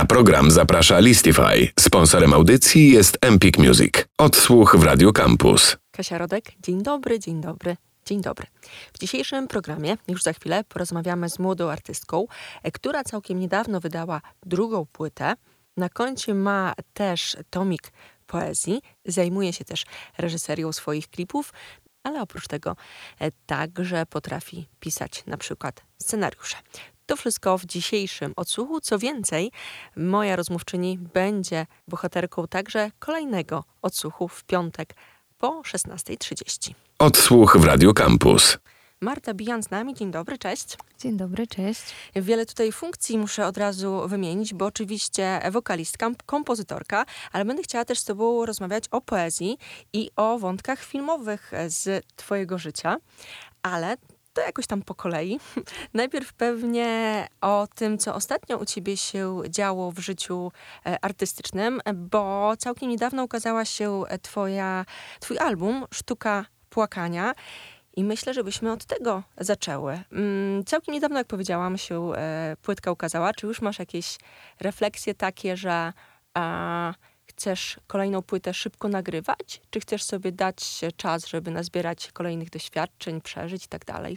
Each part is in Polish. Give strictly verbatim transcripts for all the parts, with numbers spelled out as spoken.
Na program zaprasza Listify. Sponsorem audycji jest Empik Music. Odsłuch w Radio Campus. Kasia Rodek, dzień dobry, dzień dobry, dzień dobry. W dzisiejszym programie, już za chwilę, porozmawiamy z młodą artystką, która całkiem niedawno wydała drugą płytę. Na koncie ma też tomik poezji, zajmuje się też reżyserią swoich klipów, ale oprócz tego także potrafi pisać na przykład scenariusze. To wszystko w dzisiejszym odsłuchu. Co więcej, moja rozmówczyni będzie bohaterką także kolejnego odsłuchu w piątek po szesnasta trzydzieści. Odsłuch w Radio Campus. Marta Bijan z nami. Dzień dobry, cześć. Dzień dobry, cześć. Wiele tutaj funkcji muszę od razu wymienić, bo oczywiście wokalistka, kompozytorka, ale będę chciała też z tobą rozmawiać o poezji i o wątkach filmowych z twojego życia, ale to jakoś tam po kolei. Najpierw pewnie o tym, co ostatnio u ciebie się działo w życiu artystycznym, bo całkiem niedawno ukazała się twoja, twój album Sztuka Płakania. I myślę, żebyśmy od tego zaczęły. Mm, całkiem niedawno, jak powiedziałam, się e, płytka ukazała. Czy już masz jakieś refleksje takie, że e, chcesz kolejną płytę szybko nagrywać? Czy chcesz sobie dać czas, żeby nazbierać kolejnych doświadczeń, przeżyć i tak dalej?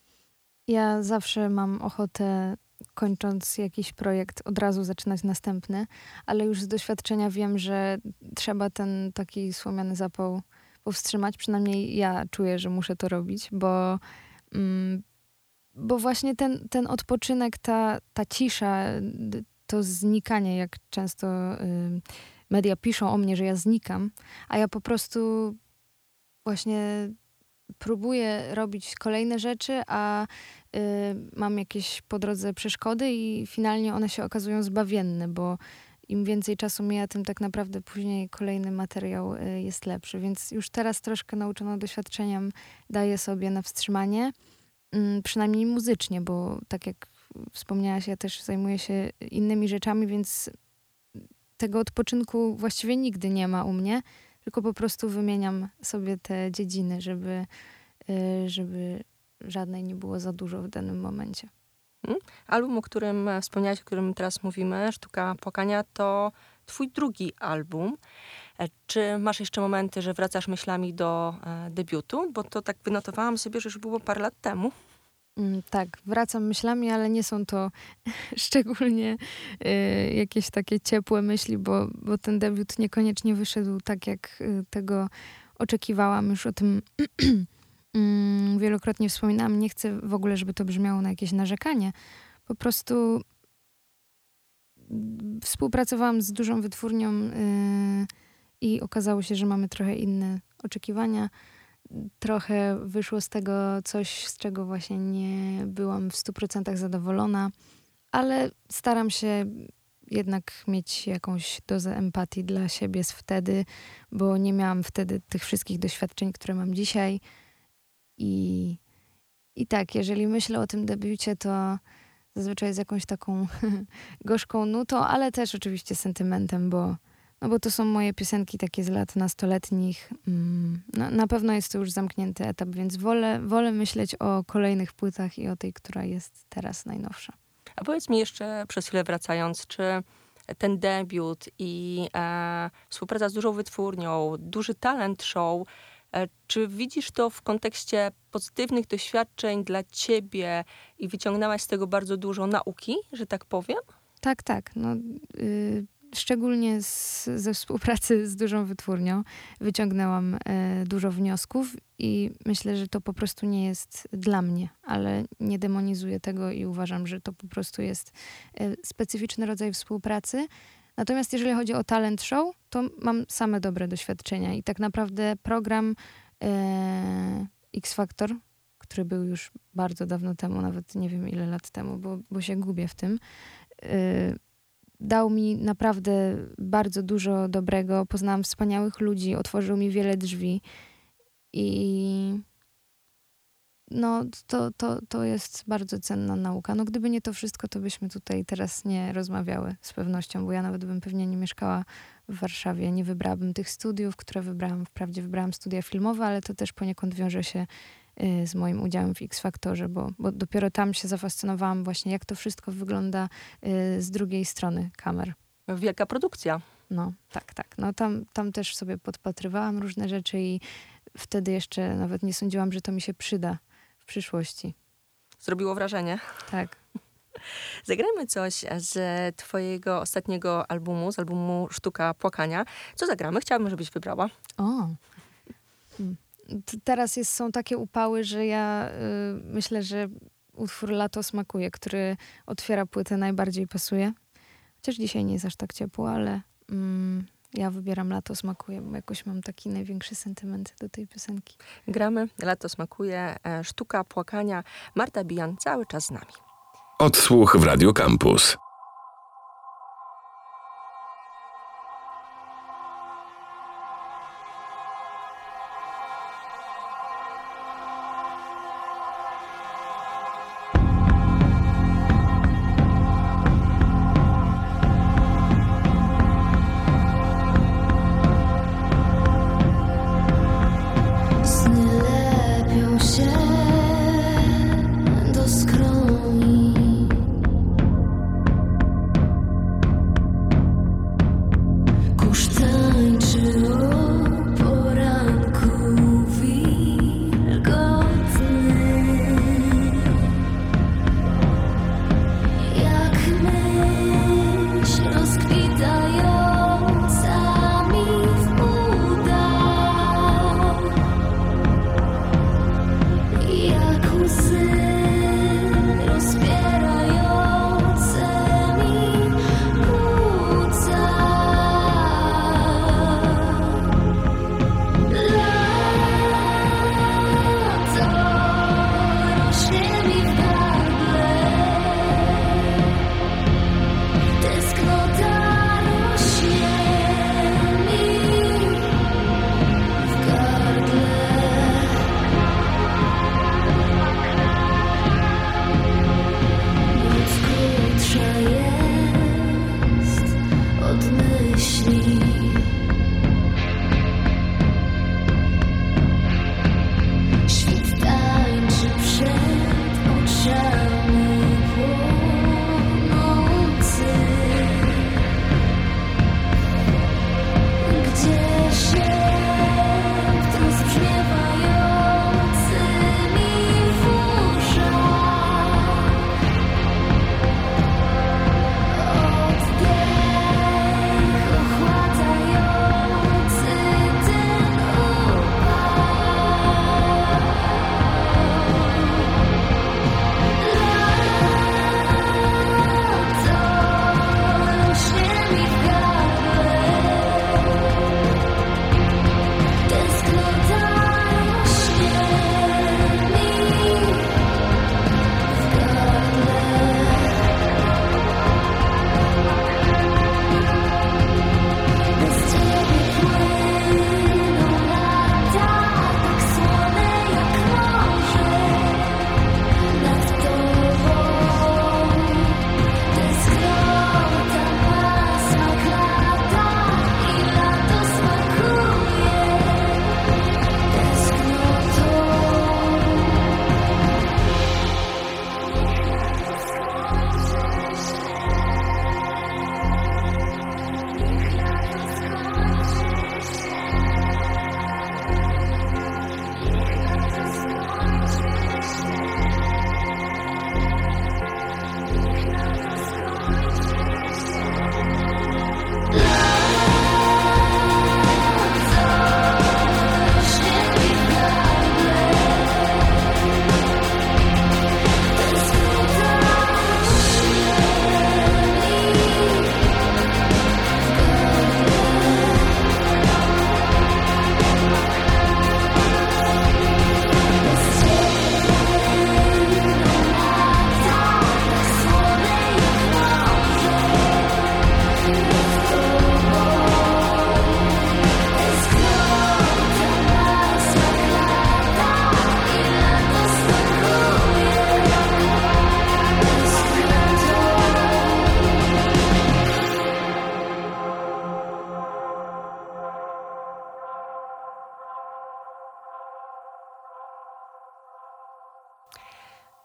Ja zawsze mam ochotę, kończąc jakiś projekt, od razu zaczynać następny, ale już z doświadczenia wiem, że trzeba ten taki słomiany zapał powstrzymać. Przynajmniej ja czuję, że muszę to robić, bo, mm, bo właśnie ten, ten odpoczynek, ta, ta cisza, to znikanie, jak często y, media piszą o mnie, że ja znikam, a ja po prostu właśnie próbuję robić kolejne rzeczy, a y, mam jakieś po drodze przeszkody i finalnie one się okazują zbawienne, bo im więcej czasu mija, tym tak naprawdę później kolejny materiał y, jest lepszy. Więc już teraz troszkę nauczona doświadczeniem daję sobie na wstrzymanie, y, przynajmniej muzycznie, bo tak jak wspomniałaś, ja też zajmuję się innymi rzeczami, więc tego odpoczynku właściwie nigdy nie ma u mnie, tylko po prostu wymieniam sobie te dziedziny, żeby, y, żeby żadnej nie było za dużo w danym momencie. Album, o którym wspomniałaś, o którym teraz mówimy, Sztuka Płakania, to twój drugi album. Czy masz jeszcze momenty, że wracasz myślami do e, debiutu? Bo to tak wynotowałam sobie, że już było parę lat temu. Mm, tak, wracam myślami, ale nie są to szczególnie y, jakieś takie ciepłe myśli, bo, bo ten debiut niekoniecznie wyszedł tak, jak y, tego oczekiwałam. Już o tym mm, wielokrotnie wspominałam. Nie chcę w ogóle, żeby to brzmiało na jakieś narzekanie. Po prostu współpracowałam z dużą wytwórnią y, i okazało się, że mamy trochę inne oczekiwania. Trochę wyszło z tego coś, z czego właśnie nie byłam w stu procentach zadowolona, ale staram się jednak mieć jakąś dozę empatii dla siebie z wtedy, bo nie miałam wtedy tych wszystkich doświadczeń, które mam dzisiaj. I, i tak, jeżeli myślę o tym debiucie, to zazwyczaj z jakąś taką gorzką nutą, ale też oczywiście sentymentem, bo No bo to są moje piosenki takie z lat nastoletnich. No, na pewno jest to już zamknięty etap, więc wolę, wolę myśleć o kolejnych płytach i o tej, która jest teraz najnowsza. A powiedz mi jeszcze, przez chwilę wracając, czy ten debiut i e, współpraca z dużą wytwórnią, duży talent show, e, czy widzisz to w kontekście pozytywnych doświadczeń dla ciebie i wyciągnęłaś z tego bardzo dużo nauki, że tak powiem? Tak, tak. No, y- Szczególnie z, ze współpracy z dużą wytwórnią wyciągnęłam e, dużo wniosków i myślę, że to po prostu nie jest dla mnie, ale nie demonizuję tego i uważam, że to po prostu jest e, specyficzny rodzaj współpracy. Natomiast jeżeli chodzi o talent show, to mam same dobre doświadczenia i tak naprawdę program e, X Factor, który był już bardzo dawno temu, nawet nie wiem ile lat temu, bo, bo się gubię w tym, e, dał mi naprawdę bardzo dużo dobrego. Poznałam wspaniałych ludzi, otworzył mi wiele drzwi i no to, to, to jest bardzo cenna nauka. No gdyby nie to wszystko, to byśmy tutaj teraz nie rozmawiały z pewnością, bo ja nawet bym pewnie nie mieszkała w Warszawie, nie wybrałabym tych studiów, które wybrałam. Wprawdzie wybrałam studia filmowe, ale to też poniekąd wiąże się y, z moim udziałem w X Faktorze, bo, bo dopiero tam się zafascynowałam właśnie, jak to wszystko wygląda y, z drugiej strony kamer. Wielka produkcja. No, tak, tak. No tam, tam też sobie podpatrywałam różne rzeczy i wtedy jeszcze nawet nie sądziłam, że to mi się przyda w przyszłości. Zrobiło wrażenie. Tak. Zagrajmy coś z twojego ostatniego albumu, z albumu Sztuka Płakania. Co zagramy? Chciałabym, żebyś wybrała. O. Hmm. T- Teraz jest, są takie upały, że ja y, myślę, że utwór Lato smakuje, który otwiera płytę, najbardziej pasuje. Chociaż dzisiaj nie jest aż tak ciepło, ale mm, ja wybieram Lato smakuje, bo jakoś mam taki największy sentyment do tej piosenki. Gramy. Lato smakuje. e, Sztuka Płakania. Marta Bijan cały czas z nami. Odsłuch w Radio Campus. Sny lepią się do skroni.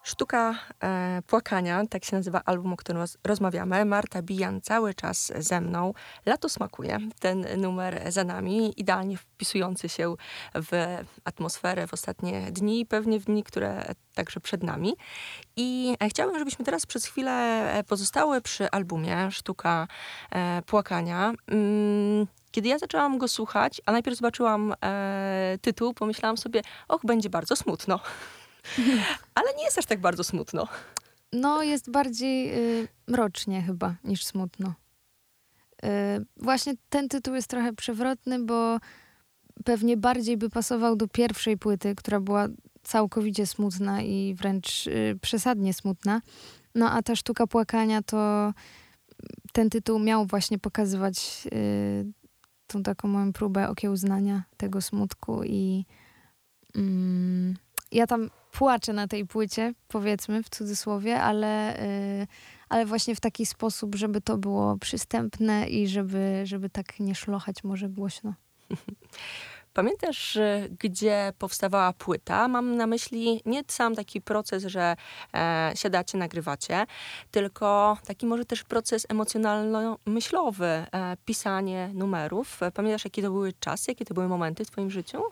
Sztuka e, płakania, tak się nazywa album, o którym roz, rozmawiamy. Marta Bijan cały czas ze mną. Lato smakuje. Ten numer za nami, idealnie wpisujący się w atmosferę w ostatnie dni, pewnie w dni, które także przed nami. I e, chciałabym, żebyśmy teraz przez chwilę e, pozostały przy albumie Sztuka e, płakania. Mm, Kiedy ja zaczęłam go słuchać, a najpierw zobaczyłam e, tytuł, pomyślałam sobie, och, będzie bardzo smutno. Ale nie jest aż tak bardzo smutno. No, jest bardziej y, mrocznie chyba niż smutno. Y, właśnie ten tytuł jest trochę przewrotny, bo pewnie bardziej by pasował do pierwszej płyty, która była całkowicie smutna i wręcz y, przesadnie smutna. No a ta Sztuka płakania to ten tytuł miał właśnie pokazywać y, tą taką moją próbę okiełznania tego smutku i mm, ja tam płaczę na tej płycie, powiedzmy w cudzysłowie, ale, yy, ale właśnie w taki sposób, żeby to było przystępne i żeby, żeby tak nie szlochać może głośno. Pamiętasz, gdzie powstawała płyta? Mam na myśli nie sam taki proces, że e, siadacie, nagrywacie, tylko taki może też proces emocjonalno-myślowy, e, pisanie numerów. Pamiętasz, jakie to były czasy, jakie to były momenty w twoim życiu?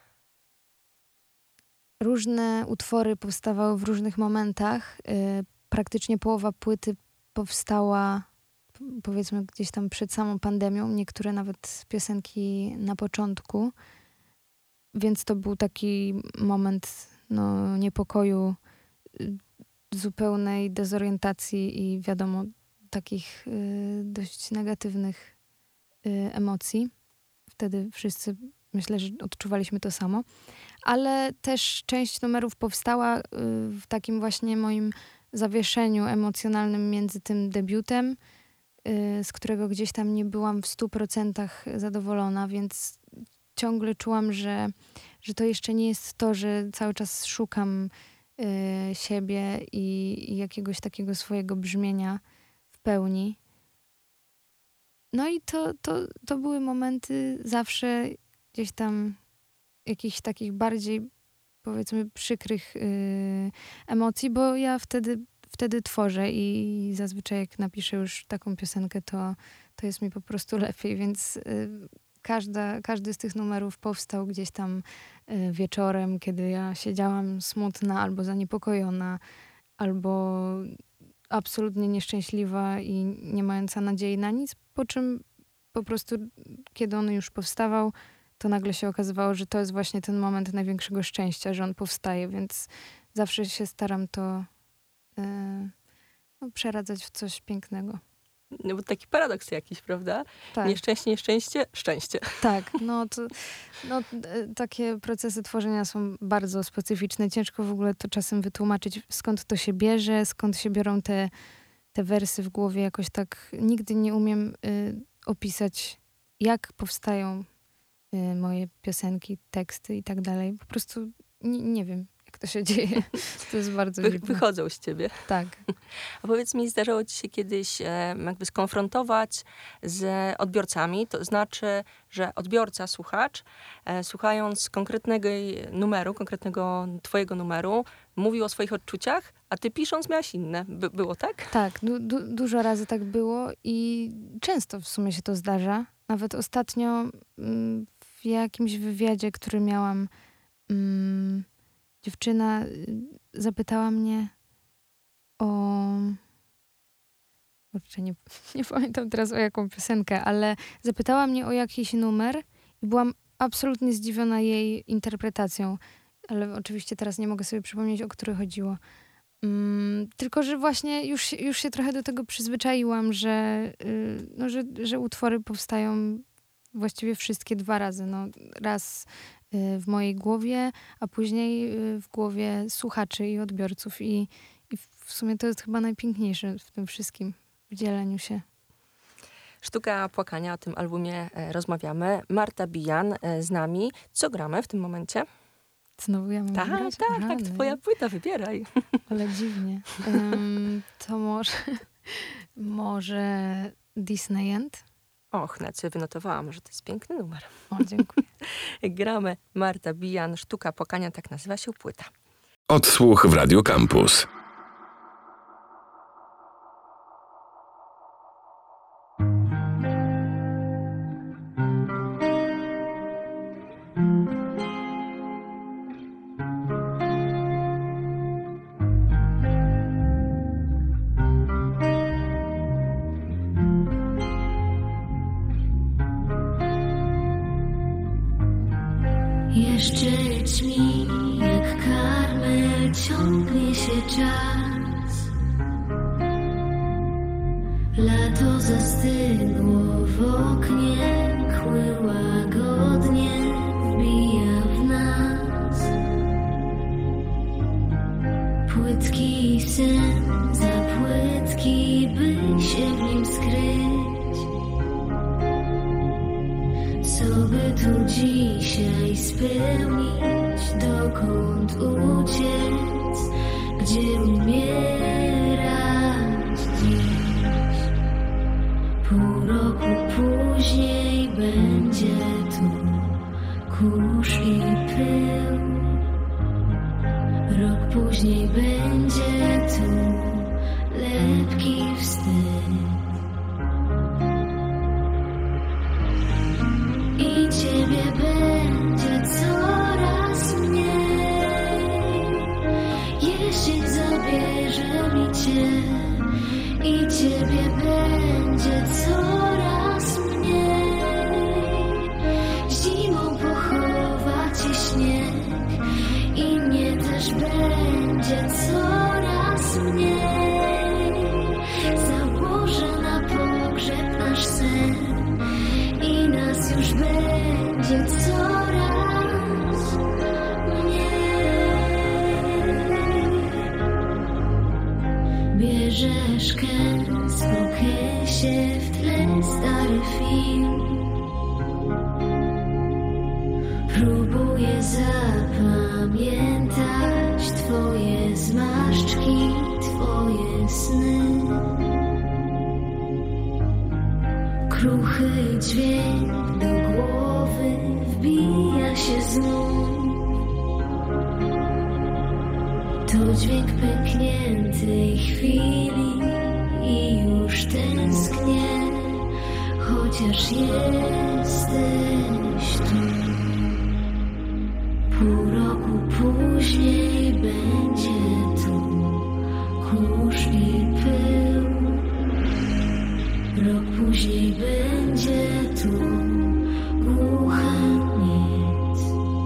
Różne utwory powstawały w różnych momentach. Yy, praktycznie połowa płyty powstała p- powiedzmy gdzieś tam przed samą pandemią. Niektóre nawet piosenki na początku. Więc to był taki moment no, niepokoju, y, zupełnej dezorientacji i wiadomo, takich y, dość negatywnych y, emocji. Wtedy wszyscy, myślę, że odczuwaliśmy to samo. Ale też część numerów powstała y, w takim właśnie moim zawieszeniu emocjonalnym między tym debiutem, y, z którego gdzieś tam nie byłam w stu procentach zadowolona, więc ciągle czułam, że, że to jeszcze nie jest to, że cały czas szukam y, siebie i, i jakiegoś takiego swojego brzmienia w pełni. No i to, to, to były momenty zawsze gdzieś tam jakichś takich bardziej, powiedzmy, przykrych y, emocji, bo ja wtedy, wtedy tworzę i zazwyczaj jak napiszę już taką piosenkę, to, to jest mi po prostu lepiej, więc y, każda, każdy z tych numerów powstał gdzieś tam y, wieczorem, kiedy ja siedziałam smutna albo zaniepokojona, albo absolutnie nieszczęśliwa i nie mająca nadziei na nic, po czym po prostu, kiedy on już powstawał, to nagle się okazywało, że to jest właśnie ten moment największego szczęścia, że on powstaje, więc zawsze się staram to yy, no, przeradzać w coś pięknego. No bo taki paradoks jakiś, prawda? Tak, Nieszczęście, nieszczęście, szczęście. tak. No, to, no, y, takie procesy tworzenia są bardzo specyficzne. Ciężko w ogóle to czasem wytłumaczyć, skąd to się bierze, skąd się biorą te, te wersy w głowie. Jakoś tak nigdy nie umiem y, opisać, jak powstają y, moje piosenki, teksty i tak dalej. Po prostu nie, nie wiem, jak to się dzieje. To jest bardzo Wy, dziwne. wychodzą z ciebie. Tak. A powiedz mi, zdarzało ci się kiedyś e, jakby skonfrontować z odbiorcami? To znaczy, że odbiorca, słuchacz, e, słuchając konkretnego numeru, konkretnego twojego numeru, mówił o swoich odczuciach, a ty pisząc miałaś inne. By, było tak? Tak, du- du- dużo razy tak było i często w sumie się to zdarza. Nawet ostatnio mm, w jakimś wywiadzie, który miałam, mm, dziewczyna y, zapytała mnie o... Kurczę, nie, nie pamiętam teraz o jaką piosenkę, ale zapytała mnie o jakiś numer i byłam absolutnie zdziwiona jej interpretacją. Ale oczywiście teraz nie mogę sobie przypomnieć, o który chodziło. Mm, tylko, że właśnie już, się- już się trochę do tego przyzwyczaiłam, że, y, no, że, że utwory powstają właściwie wszystkie dwa razy. No, raz y, w mojej głowie, a później y, w głowie słuchaczy i odbiorców. I, I w sumie to jest chyba najpiękniejsze w tym wszystkim, w dzieleniu się. Sztuka płakania, o tym albumie e, rozmawiamy. Marta Bijan e, z nami. Co gramy w tym momencie? Znowu ja mam Tak, grać? tak, tak, Rany. twoja płyta, wybieraj. Ale dziwnie. Ym, to może, może Disneyland? Och, nawet sobie wynotowałam, że to jest piękny numer. O, dziękuję. Gramy Marta Bijan, Sztuka płakania, tak nazywa się płyta. Odsłuch w Radio Campus. Jeszcze ćmi jak karmel ciągnie się czas. Lato zastygło w oknie, chły łagodnie wbija w nas. Płytki sen, za płytki, by się w nim skryć. Co by tu dzisiaj spełnić, dokąd uciec, gdzie umierać dziś? Pół roku później będzie tu kurz i pył. Rok później będzie tu lepki wstyd. I ciebie będzie coraz mniej. Jesień zabierze mi cię. I ciebie będzie coraz mniej. Zimą pochowa cię śnieg. I mnie też będzie coraz mniej. Założę na pogrzeb nasz sen. I nas już będzie coraz mniej. Bierzesz kęs po kęsie, w tle stary film. Próbuję zapamiętać twoje zmarszczki, twoje sny. Kruchy dźwięk do głowy wbija się znów. To dźwięk pękniętej chwili i już tęsknię, chociaż jesteś tu. Pół roku później będzie tu kurz i pył. Rok później będzie tu głucha nic.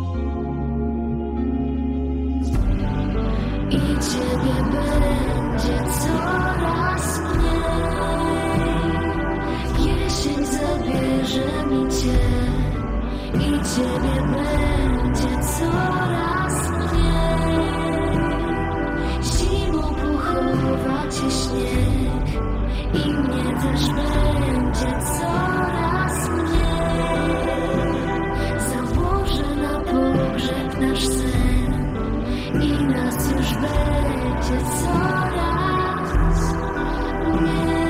I ciebie będzie coraz mniej. Jesień zabierze mi cię. I ciebie będzie coraz mniej. Zimą pochowa cię śnieg. I mnie też będzie coraz mniej. Założę na pogrzeb nasz sen. I nas już będzie coraz mniej.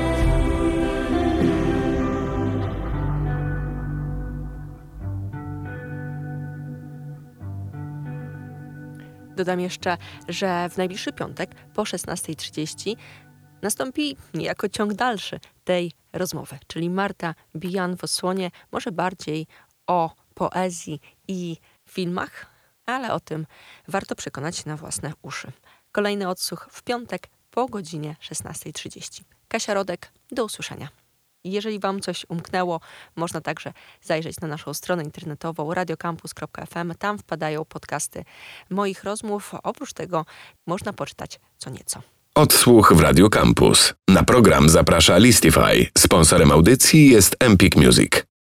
Dodam jeszcze, że w najbliższy piątek po szesnasta trzydzieści nastąpi niejako ciąg dalszy tej rozmowy, czyli Marta Bijan w odsłonie może bardziej o poezji i filmach, ale o tym warto przekonać się na własne uszy. Kolejny odsłuch w piątek po godzinie szesnasta trzydzieści. Kasia Rodek, do usłyszenia. Jeżeli wam coś umknęło, można także zajrzeć na naszą stronę internetową radiocampus kropka f m. Tam wpadają podcasty moich rozmów. Oprócz tego można poczytać co nieco. Odsłuch w Radio Campus. Na program zaprasza Listify. Sponsorem audycji jest Empik Music.